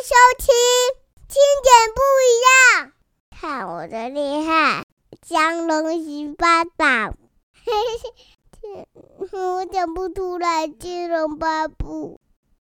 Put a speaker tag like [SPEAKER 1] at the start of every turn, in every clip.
[SPEAKER 1] 收听听点不一样，看我的厉害，降龙十八掌。我讲不出来，天龙八部。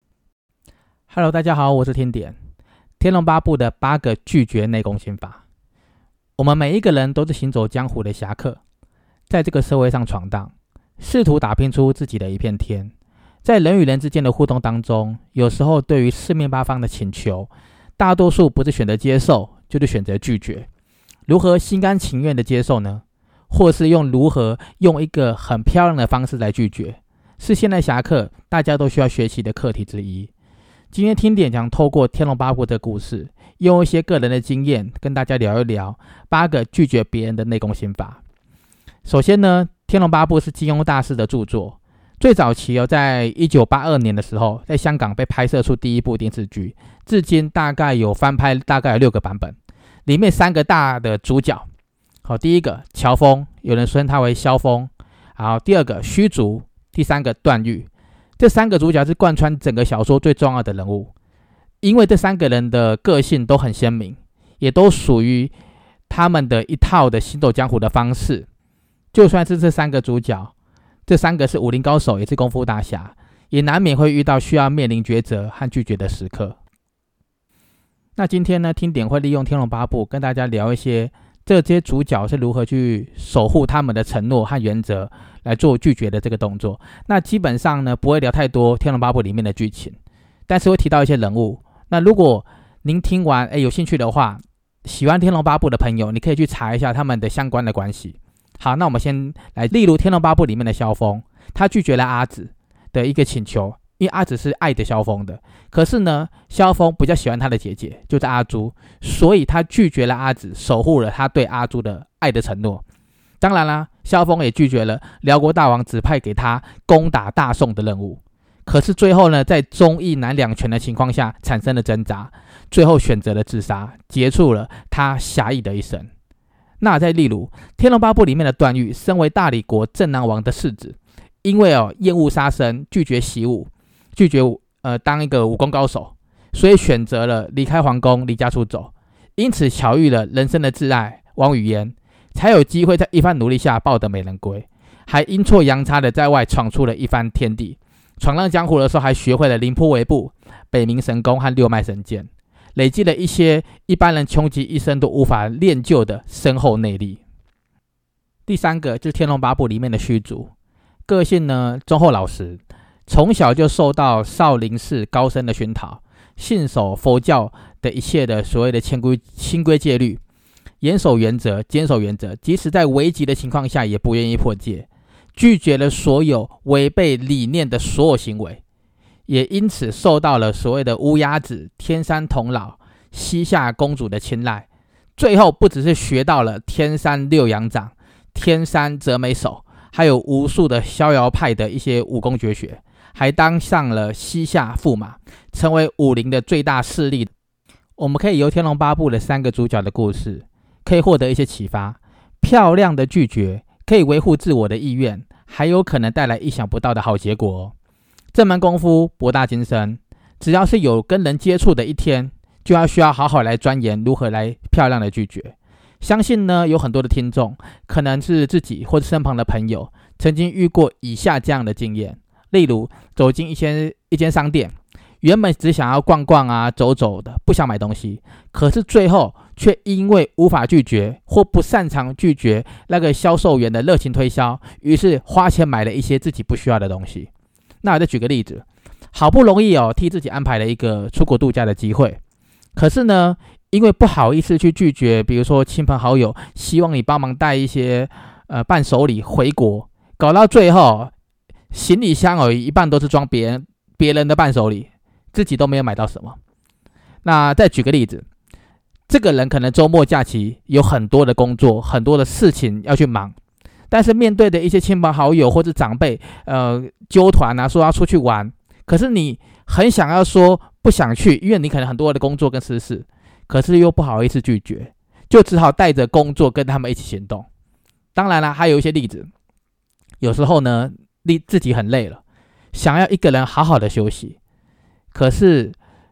[SPEAKER 2] Hello， 大家好，我是天点。天龙八部的8个拒绝内功心法。我们每一个人都是行走江湖的侠客，在这个社会上闯荡，试图打拼出自己的一片天。在人与人之间的互动当中，有时候对于四面八方的请求，大多数不是选择接受，就是选择拒绝。如何心甘情愿的接受呢？或是如何用一个很漂亮的方式来拒绝，是现代侠客大家都需要学习的课题之一。今天听点将透过天龙八部的故事，用一些个人的经验跟大家聊一聊8个拒绝别人的内功心法。首先呢，天龙八部是金庸大师的著作，最早期在1982年的时候，在香港被拍摄出第一部电视剧，至今大概有翻拍大概有6个版本，里面3个大的主角。好，第一个乔峰，有人称他为萧峰。好，第二个虚竹，第3个段誉。这3个主角是贯穿整个小说最重要的人物，因为这3个人的个性都很鲜明，也都属于他们的一套的行走江湖的方式。就算是这3个主角，这3个是武林高手，也是功夫大侠，也难免会遇到需要面临抉择和拒绝的时刻。那今天呢，听点会利用天龙八部跟大家聊一些这些主角是如何去守护他们的承诺和原则，来做拒绝的这个动作。那基本上呢，不会聊太多天龙八部里面的剧情，但是会提到一些人物。那如果您听完有兴趣的话，喜欢天龙八部的朋友，你可以去查一下他们的相关的关系。好，那我们先来，例如天龙八部里面的萧峰，他拒绝了阿紫的一个请求，因为阿紫是爱的萧峰的，可是呢，萧峰比较喜欢他的姐姐，就是阿朱，所以他拒绝了阿紫，守护了他对阿朱的爱的承诺。当然啦，萧峰也拒绝了辽国大王指派给他攻打大宋的任务。可是最后呢，在忠义难两全的情况下产生了挣扎，最后选择了自杀，结束了他侠义的一生。那再例如天龙八部里面的段誉，身为大理国镇南王的世子，因为厌恶杀生，拒绝习武，拒绝当一个武功高手，所以选择了离开皇宫，离家出走。因此巧遇了人生的挚爱王语嫣，才有机会在一番努力下抱得美人归，还阴错阳差的在外闯出了一番天地。闯荡江湖的时候，还学会了凌波微步、北冥神功和六脉神剑，累积了一些一般人穷极一生都无法练就的深厚内力。第3个就是天龙八部里面的虚竹，个性呢忠厚老实，从小就受到少林寺高僧的熏陶，信守佛教的一切的所谓的清规戒律，严守原则，坚守原则，即使在危急的情况下也不愿意破戒，拒绝了所有违背理念的所有行为，也因此受到了所谓的乌鸦子、天山童姥、西夏公主的青睐。最后不只是学到了天山六阳掌、天山折眉手，还有无数的逍遥派的一些武功绝学，还当上了西夏驸马，成为武林的最大势力。我们可以由天龙八部的3个主角的故事，可以获得一些启发。漂亮的拒绝可以维护自我的意愿，还有可能带来意想不到的好结果。这门功夫博大精深，只要是有跟人接触的一天，就需要好好来钻研如何来漂亮的拒绝。相信呢，有很多的听众可能是自己或者身旁的朋友曾经遇过以下这样的经验。例如走进一间商店，原本只想要逛逛啊走走的，不想买东西，可是最后却因为无法拒绝或不擅长拒绝那个销售员的热情推销，于是花钱买了一些自己不需要的东西。那我再举个例子，好不容易替自己安排了一个出国度假的机会，可是呢，因为不好意思去拒绝，比如说亲朋好友希望你帮忙带一些伴手礼回国，搞到最后行李箱有一半都是装别人的伴手礼，自己都没有买到什么。那再举个例子，这个人可能周末假期有很多的工作，很多的事情要去忙，但是面对的一些亲朋好友或者长辈揪团啊，说要出去玩，可是你很想要说不想去，因为你可能很多的工作跟私事，可是又不好意思拒绝，就只好带着工作跟他们一起行动。当然啦，还有一些例子，有时候呢自己很累了，想要一个人好好的休息，可是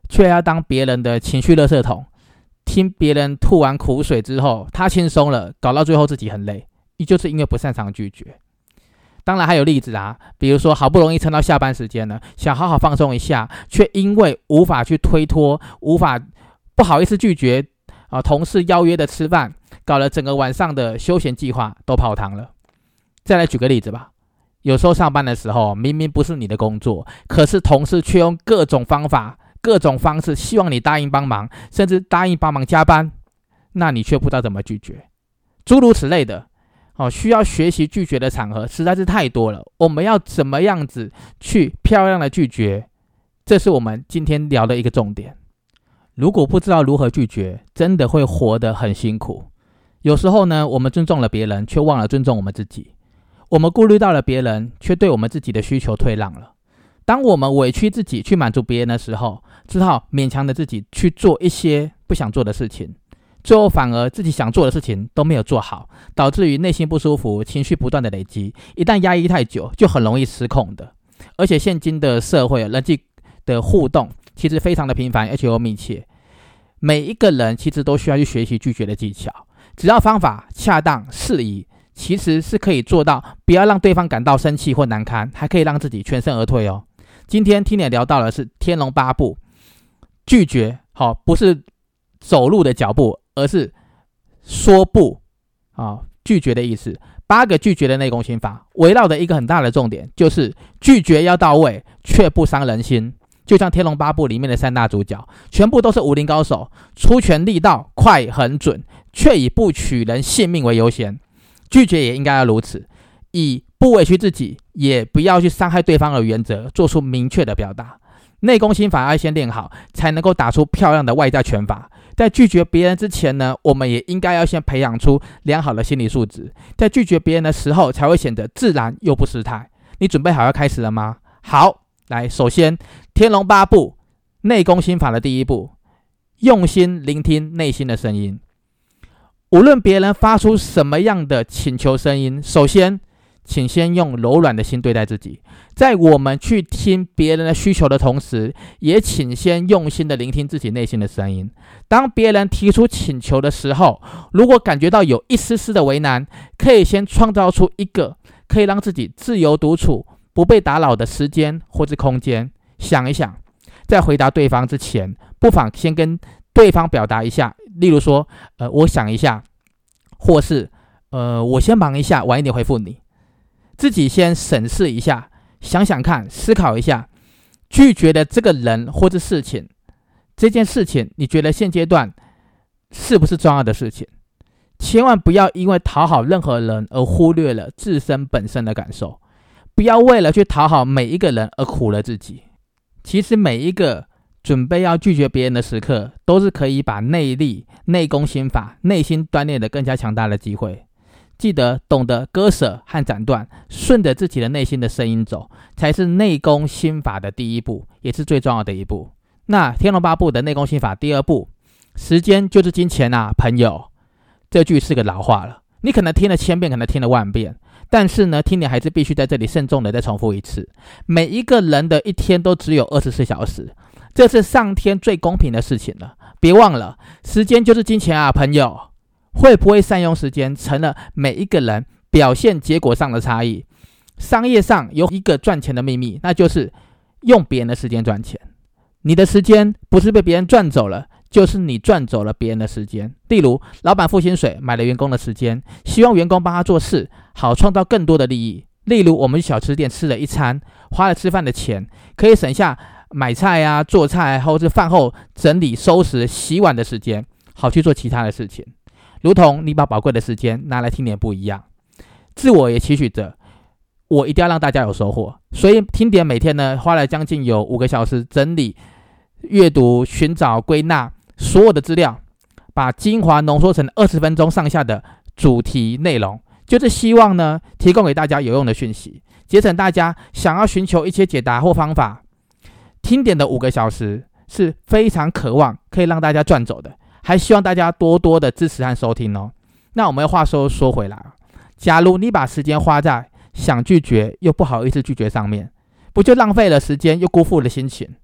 [SPEAKER 2] 却要当别人的情绪垃圾桶，听别人吐完苦水之后，他轻松了，搞到最后自己很累，就是因为不擅长拒绝。当然还有例子啊，比如说好不容易撑到下班时间了，想好好放松一下，却因为无法去推脱，不好意思拒绝同事邀约的吃饭，搞了整个晚上的休闲计划都泡汤了。再来举个例子吧，有时候上班的时候明明不是你的工作，可是同事却用各种方法各种方式希望你答应帮忙，甚至答应帮忙加班，那你却不知道怎么拒绝。诸如此类的需要学习拒绝的场合实在是太多了，我们要怎么样子去漂亮的拒绝，这是我们今天聊的一个重点。如果不知道如何拒绝，真的会活得很辛苦。有时候呢，我们尊重了别人，却忘了尊重我们自己。我们顾虑到了别人，却对我们自己的需求退让了。当我们委屈自己去满足别人的时候，只好勉强的自己去做一些不想做的事情，最后反而自己想做的事情都没有做好，导致于内心不舒服，情绪不断的累积，一旦压抑太久，就很容易失控的。而且现今的社会人际的互动其实非常的频繁，而且又密切，每一个人其实都需要去学习拒绝的技巧，只要方法恰当适宜，其实是可以做到不要让对方感到生气或难堪，还可以让自己全身而退哦。今天听你聊到的是天龙八部拒绝，不是走路的脚步，而是说不拒绝的意思。8个拒绝的内功心法，围绕的一个很大的重点就是拒绝要到位，却不伤人心。就像天龙八部里面的3大主角，全部都是武林高手，出拳力道快很准，却以不取人性命为优先。拒绝也应该要如此，以不委屈自己，也不要去伤害对方的原则，做出明确的表达。内功心法要先练好，才能够打出漂亮的外在拳法。在拒绝别人之前呢，我们也应该要先培养出良好的心理素质，在拒绝别人的时候才会显得自然又不失态。你准备好要开始了吗？好，来，首先天龙八部内功心法的第一步，用心聆听内心的声音。无论别人发出什么样的请求声音，首先请先用柔软的心对待自己，在我们去听别人的需求的同时，也请先用心的聆听自己内心的声音。当别人提出请求的时候，如果感觉到有一丝丝的为难，可以先创造出一个可以让自己自由独处不被打扰的时间或是空间，想一想，在回答对方之前，不妨先跟对方表达一下，例如说我想一下，或是我先忙一下，晚一点回复你。自己先审视一下，想想看，思考一下，拒绝的这个人或者事情，这件事情你觉得现阶段是不是重要的事情？千万不要因为讨好任何人而忽略了自身本身的感受，不要为了去讨好每一个人而苦了自己。其实每一个准备要拒绝别人的时刻，都是可以把内力、内功心法、内心锻炼得更加强大的机会。记得懂得割舍和斩断，顺着自己的内心的声音走，才是内功心法的第一步，也是最重要的一步。那天龙八部的内功心法第2步，时间就是金钱啊，朋友。这句是个老话了，你可能听了1000遍，可能听了10000遍，但是呢，听你还是必须在这里慎重的再重复一次。每一个人的一天都只有24小时，这是上天最公平的事情了。别忘了，时间就是金钱啊，朋友。会不会善用时间，成了每一个人表现结果上的差异。商业上有一个赚钱的秘密，那就是用别人的时间赚钱。你的时间不是被别人赚走了，就是你赚走了别人的时间。例如，老板付薪水买了员工的时间，希望员工帮他做事，好创造更多的利益。例如，我们去小吃店吃了一餐，花了吃饭的钱，可以省下买菜啊、做菜，或是饭后整理、收拾、洗碗的时间，好去做其他的事情。如同你把宝贵的时间拿来听点不一样，自我也期许着我一定要让大家有收获，所以听点每天呢花了将近有5个小时整理、阅读、寻找、归纳所有的资料，把精华浓缩成20分钟上下的主题内容，就是希望呢提供给大家有用的讯息，节省大家想要寻求一些解答或方法。听点的5个小时是非常渴望可以让大家赚走的，还希望大家多多的支持和收听哦。那我们话说回来，假如你把时间花在想拒绝又不好意思拒绝上面，不就浪费了时间又辜负了心情？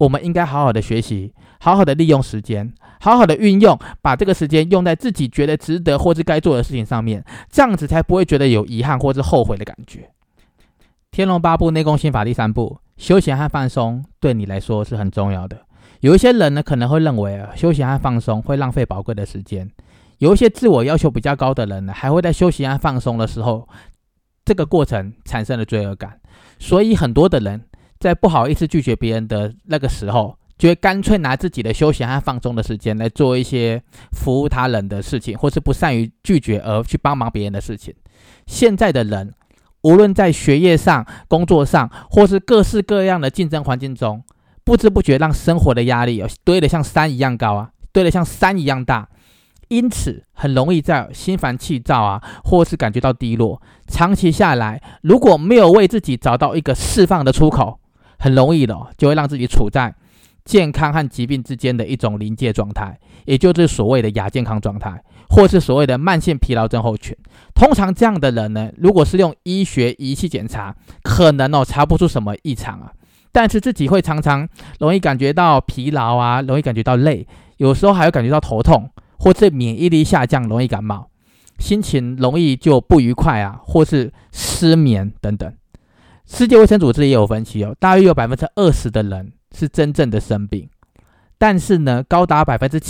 [SPEAKER 2] 我们应该好好的学习，好好的利用时间，好好的运用，把这个时间用在自己觉得值得或是该做的事情上面，这样子才不会觉得有遗憾或是后悔的感觉。天龙八部内功心法第3步，休闲和放松对你来说是很重要的。有一些人呢可能会认为休闲和放松会浪费宝贵的时间，有一些自我要求比较高的人呢，还会在休闲和放松的时候，这个过程产生了罪恶感，所以很多的人在不好意思拒绝别人的那个时候，就会干脆拿自己的休闲和放松的时间来做一些服务他人的事情，或是不善于拒绝而去帮忙别人的事情。现在的人无论在学业上、工作上，或是各式各样的竞争环境中，不知不觉让生活的压力堆得像山一样高堆得像山一样大，因此很容易在心烦气躁或是感觉到低落。长期下来，如果没有为自己找到一个释放的出口，很容易就会让自己处在健康和疾病之间的一种临界状态，也就是所谓的亚健康状态，或是所谓的慢性疲劳症候群。通常这样的人呢，如果是用医学仪器检查，可能查不出什么异常但是自己会常常容易感觉到疲劳容易感觉到累，有时候还会感觉到头痛，或是免疫力下降，容易感冒，心情容易就不愉快或是失眠等等。世界卫生组织也有分析大约有 20% 的人是真正的生病，但是呢，高达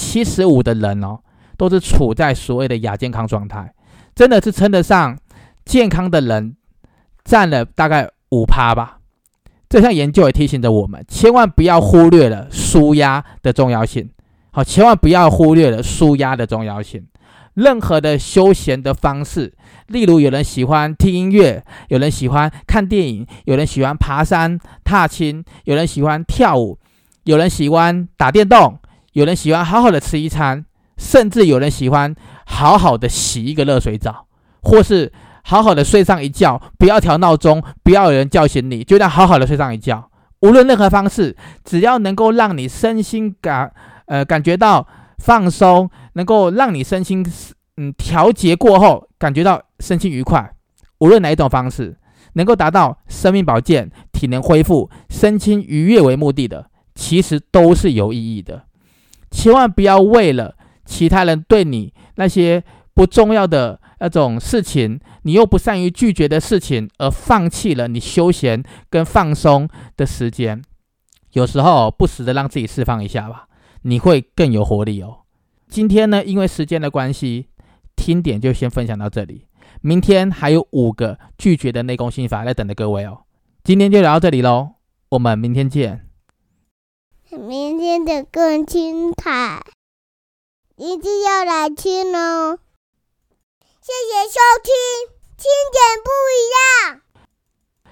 [SPEAKER 2] 75% 的人都是处在所谓的亚健康状态，真的是称得上健康的人占了大概 5% 吧。这项研究也提醒着我们，千万不要忽略了舒压的重要性。千万不要忽略了舒压的重要性。任何的休闲的方式，例如有人喜欢听音乐，有人喜欢看电影，有人喜欢爬山踏青，有人喜欢跳舞，有人喜欢打电动，有人喜欢好好的吃一餐，甚至有人喜欢好好的洗一个热水澡，或是好好的睡上一觉，不要调闹钟，不要有人叫醒你，就这样好好的睡上一觉。无论任何方式，只要能够让你身心感觉到放松，能够让你身心调节过后感觉到身心愉快，无论哪一种方式能够达到生命保健、体能恢复、身心愉悦为目的的，其实都是有意义的。千万不要为了其他人对你那些不重要的那种事情，你又不善于拒绝的事情，而放弃了你休闲跟放松的时间。有时候不时的让自己释放一下吧，你会更有活力今天呢，因为时间的关系，听点就先分享到这里。明天还有5个拒绝的内功心法在等着各位今天就聊到这里咯，我们明天见。
[SPEAKER 1] 明天的更精彩，一定要来听谢谢收听。